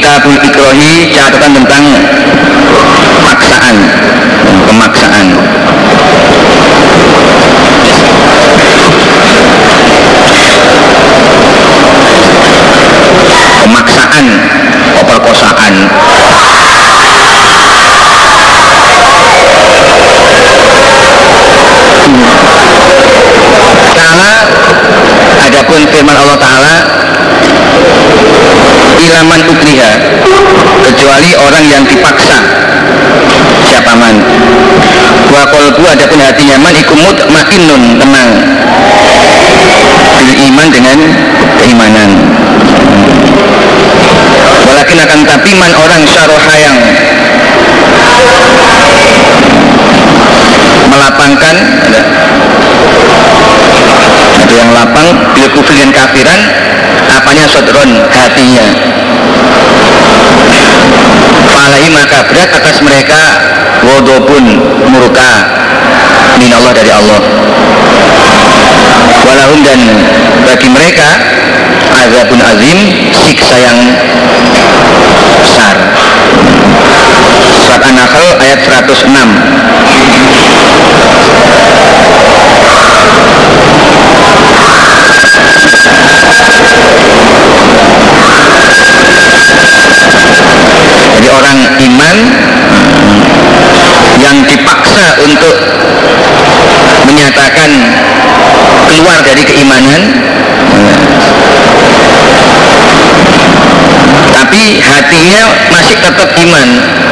Kitabul Ikrohi, catatan tentang paksaan, pemaksaan. Pemaksaan, pemerkosaan. Ta'ala, adapun firman Allah Ta'ala, ilaman ukriha, kecuali orang yang dipaksa, siapa man. Wa qalbu, adapun hatinya man iku mutmainnun, tenang bil iman, dengan keimanan. Walakin akan tapi man orang syaraha, yang melapangkan, ada yang lapang bil kufri, dan kafiran, apanya, sodron, hatinya. Falahi, maka berat atas mereka wadobun, murka minallah, dari Allah. Walahum, dan bagi mereka azabun azim, siksa yang besar. Surat An-Nahl ayat 106. Jadi orang iman yang dipaksa untuk menyatakan keluar dari keimanan, tapi hatinya masih tetap iman,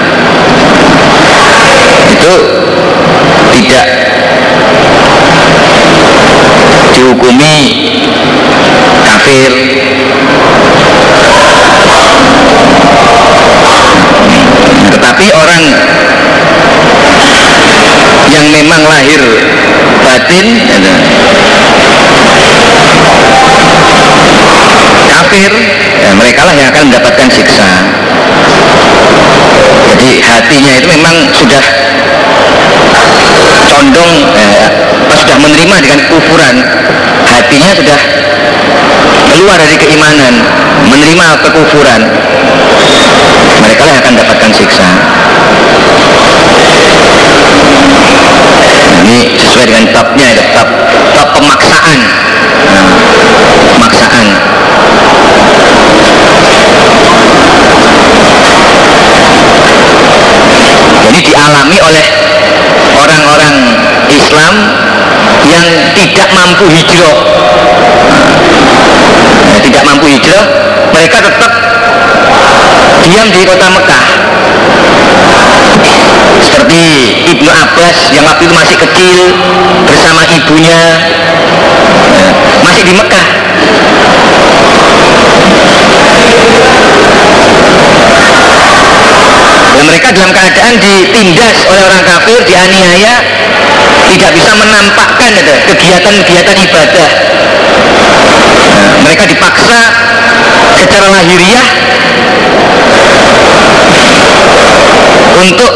itu tidak dihukumi kafir. Tetapi orang yang memang lahir batin kafir, ya, mereka lah yang akan mendapatkan siksa. Jadi hatinya itu memang sudah condong, sudah menerima dengan kufuran, hatinya sudah keluar dari keimanan, menerima kekufuran, mereka lah yang akan mendapatkan siksa. Ini sesuai dengan babnya, itu bab pemaksaan. Pemaksaan. Jadi dialami oleh orang-orang Islam yang tidak mampu hijrah. Tidak mampu hijrah, mereka tetap diam di kota Mekah. Seperti Ibnu Abbas yang waktu itu masih kecil bersama ibunya, masih di Mekah. Dan mereka dalam keadaan ditindas oleh orang kafir, dianiaya, tidak bisa menampakkan kegiatan-kegiatan ibadah. Mereka dipaksa secara lahiriah untuk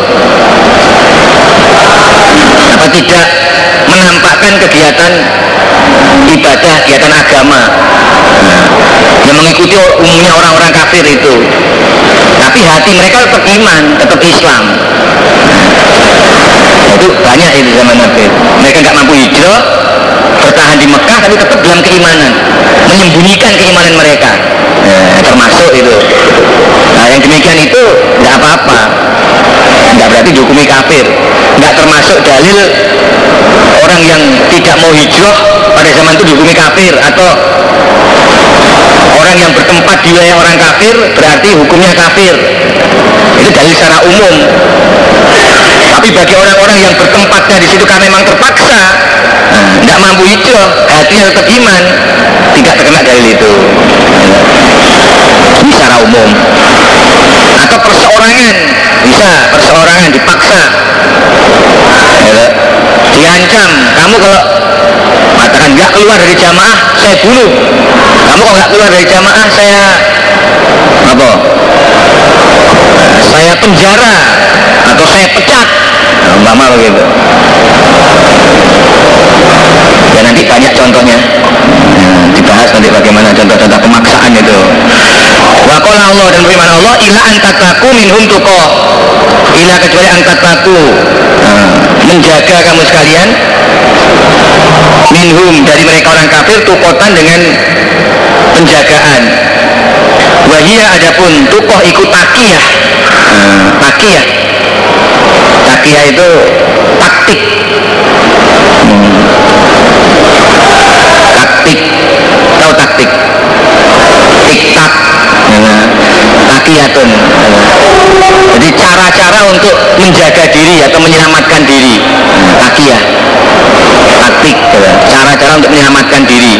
tidak menampakkan kegiatan ibadah, kegiatan agama, yang mengikuti umumnya orang-orang kafir itu. Tapi hati mereka tetap iman, tetap Islam. Itu banyak itu zaman Nabi. Mereka nggak mampu hijrah, bertahan di Mekah, tapi tetap dalam keimanan, menyembunyikan keimanan mereka. Termasuk itu. Nah, yang demikian itu nggak apa-apa, nggak berarti dihukumi kafir. Nggak termasuk dalil orang yang tidak mau hijrah pada zaman itu dihukumi kafir, atau orang yang bertempat di wilayah orang kafir berarti hukumnya kafir. Itu dalil secara umum. Tapi bagi orang-orang yang bertempatnya di situ karena memang terpaksa, tidak mampu hijrah, hatinya tetap iman, tidak terkena dalil itu. Ini secara umum. Atau perseorangan, bisa perseorangan dipaksa, diancam, kamu kalau mengatakan nggak keluar dari jamaah saya bunuh, kamu kalau nggak keluar dari jamaah saya apa? Saya penjara atau saya pecat, umpama begitu. Ya nanti banyak contohnya, dibahas nanti bagaimana contoh-contoh pemaksaan itu. Wa qala Allah, dan firman Allah, ila antataku minhum tuqa, ila kecuali antataku, menjaga kamu sekalian, minhum dari mereka orang kafir, tuqotan dengan penjagaan. Wahia adapun tuqoh ikut takiyah. Takiyah, takiyah itu taktik, taktik, tahu taktik, tiktak, takiyatun. Jadi cara-cara untuk menjaga diri atau menyelamatkan diri, takiyah, taktik, cara-cara untuk menyelamatkan diri.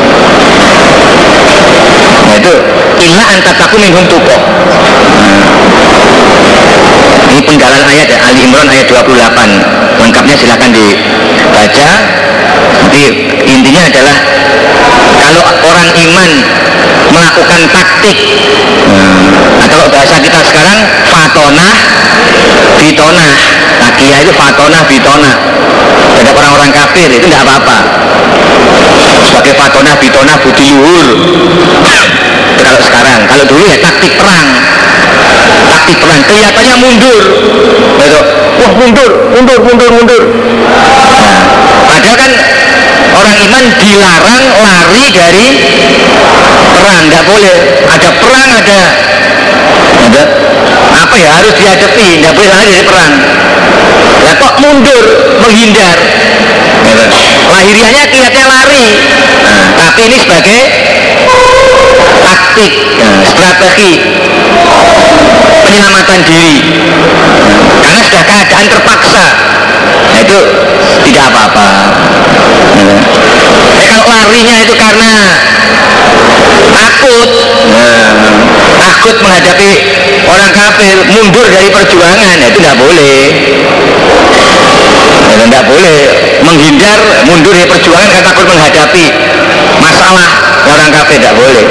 Nah itu illa antataku minhum tuqoh. Ini penggalan ayat ya, Ali Imran ayat 28. Lengkapnya silahkan dibaca. Jadi intinya adalah kalau orang iman melakukan taktik, nah kalau bahasa kita sekarang fatonah bitonah, takiyah itu fatonah bitonah terhadap orang-orang kafir, itu tidak apa-apa. Sebagai fatonah bitonah budi luhur. Kalau sekarang, kalau dulu ya taktik perang. Taktik perang kelihatannya mundur, gitu. Wah mundur. Nah, padahal kan orang iman dilarang lari dari perang, nggak boleh. Ada perang, ada apa ya, harus dihadapi, nggak boleh lari dari perang. Ya kok mundur, menghindar, gitu. Lahiriahnya kelihatannya lari, nah, tapi ini sebagai taktik, strategi penyelamatan diri, karena sudah keadaan terpaksa. Nah itu tidak apa-apa. Kalau larinya itu karena takut, takut menghadapi orang kafir, mundur dari perjuangan, itu tidak boleh. Tidak boleh menghindar, mundur dari perjuangan karena takut menghadapi masalah orang kafir, tidak boleh.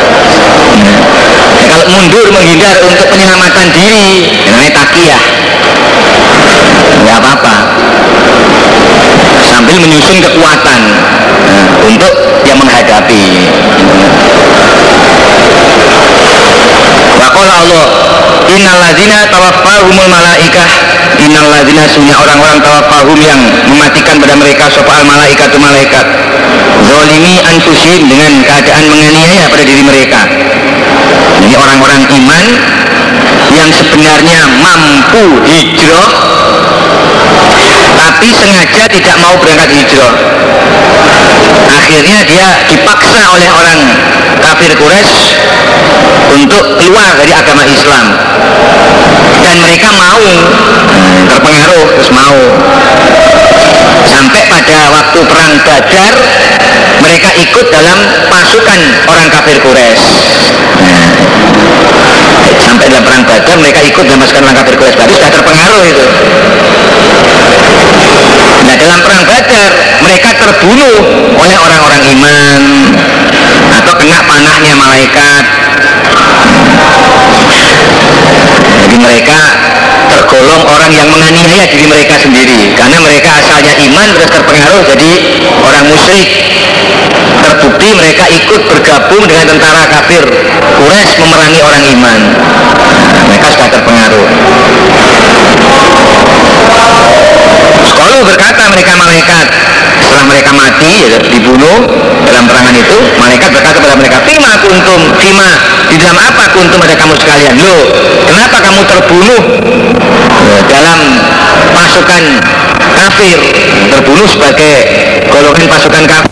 Kalau mundur menghindar untuk penyelamatan diri, namanya takiyah, nggak apa-apa, sambil menyusun kekuatan untuk yang menghadapi. Waqala Allah, innalladzina tawaffahumul malaikah, innalladzina sunnya orang-orang tawaffahum yang mematikan pada mereka sopal malaikatu malaikat, zalimi anfusihim dengan keadaan menganiaya pada diri mereka. Ini orang-orang iman yang sebenarnya mampu hijrah tapi sengaja tidak mau berangkat hijrah. Akhirnya dia dipaksa oleh orang kafir Quraisy untuk keluar dari agama Islam, dan mereka mau, terpengaruh terus mau, sampai pada waktu perang Badar mereka ikut dalam pasukan orang kafir Quraisy. Sampai dalam perang Badar mereka ikut dalam pasukan orang kafir Quraisy, berarti sudah terpengaruh itu. Nah dalam perang Badar mereka terbunuh oleh orang-orang iman atau kena panahnya malaikat. Jadi mereka tergolong orang yang menganiaya diri mereka sendiri, karena mereka asalnya iman terus terpengaruh jadi orang musyrik. Terbukti mereka ikut bergabung dengan tentara kafir Quraisy memerangi orang iman. Nah, mereka sudah terpengaruh. Sekolah berkata mereka malaikat setelah mereka mati, ya, dibunuh dalam perangan itu, malaikat berkata kepada mereka, fima kuntum, fima, di dalam apa kuntum ada kamu sekalian? Loh, kenapa kamu terbunuh dalam pasukan kafir, terbunuh sebagai golongan pasukan kafir?